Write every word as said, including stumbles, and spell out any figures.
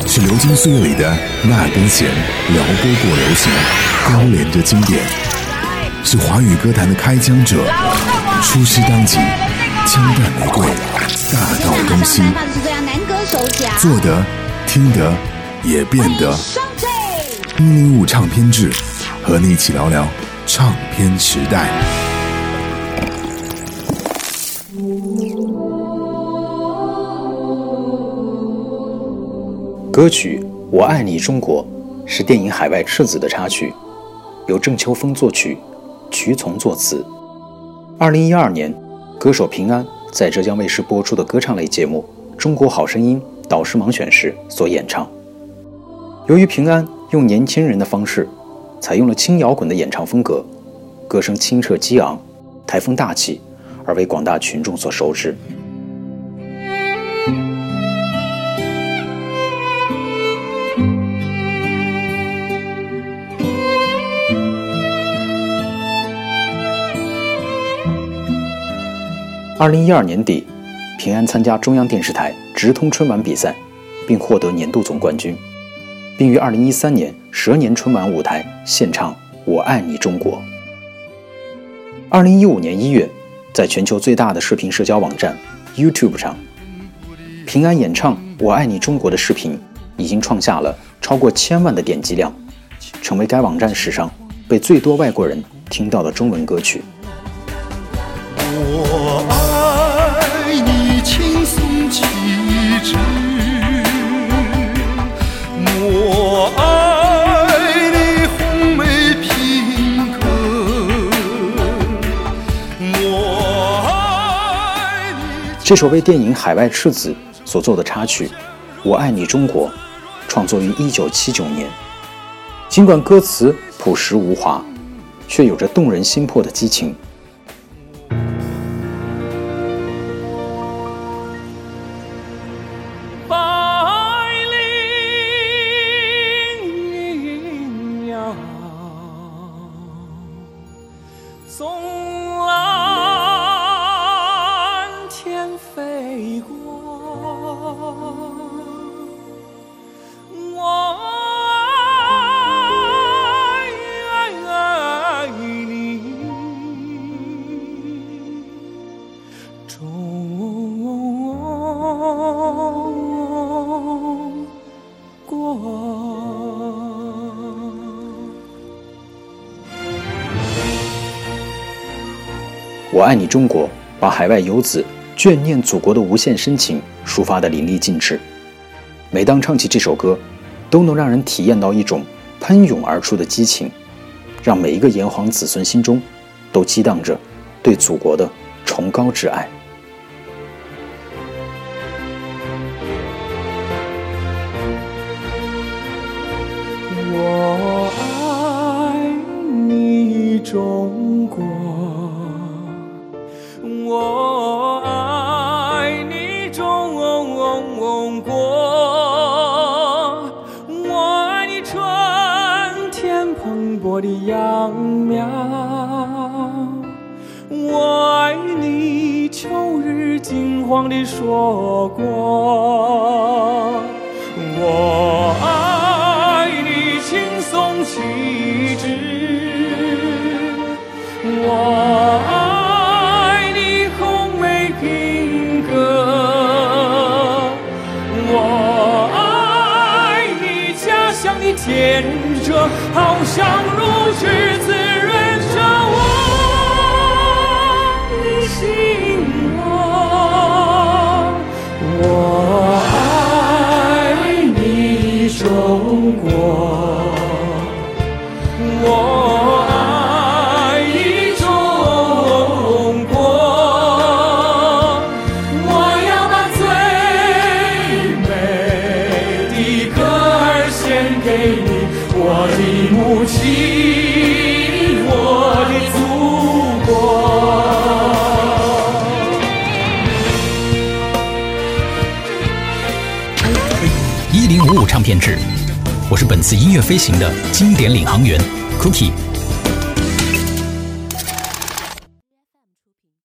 是流金岁月里的那根弦，撩拨过流行，勾连着经典。是华语歌坛的开疆者，出师当即，枪弹玫瑰，大道东西，做得、听得、也变得。一零五唱片志，和你一起聊聊唱片时代。 歌曲《我爱你中国》是电影《海外赤子》的插曲，由郑秋峰作曲，瞿从作词。二零一二年，歌手平安在浙江卫视播出的歌唱类节目《中国好声音》导师盲选时所演唱。由于平安用年轻人的方式，采用了轻摇滚的演唱风格，歌声清澈激昂，台风大气，而为广大群众所熟知。二零一二年底，平安参加中央电视台直通春晚比赛，并获得年度总冠军，并于二零一三年蛇年春晚舞台献唱《我爱你中国》。二零一五年一月，在全球最大的视频社交网站 YouTube 上，平安演唱《我爱你中国》的视频已经创下了超过千万的点击量，成为该网站史上被最多外国人听到的中文歌曲。 我爱你轻松气质，我爱你红梅品格，我爱你。 这首为电影《海外赤子》所做的插曲《我爱你中国》创作于一九七九年，尽管歌词朴实无华，却有着动人心魄的激情。 纵蓝天飞过，我爱你中国。 我爱你中国，把海外游子眷念祖国的无限深情抒发得淋漓尽致。每当唱起这首歌，都能让人体验到一种喷涌而出的激情，让每一个炎黄子孙心中都激荡着对祖国的崇高挚爱。 我爱你中国，我爱你中国，我爱你春天蓬勃的秧苗，我爱你秋日金黄的硕果，我爱你轻松气质，我爱天者好像如此滋润着我的心窝，我爱你中国，我爱你中国，我要把最美的歌儿献给你，我的母亲，我的祖国。 一零五五唱片志，我是本次音乐飞行的经典领航员 Cookie。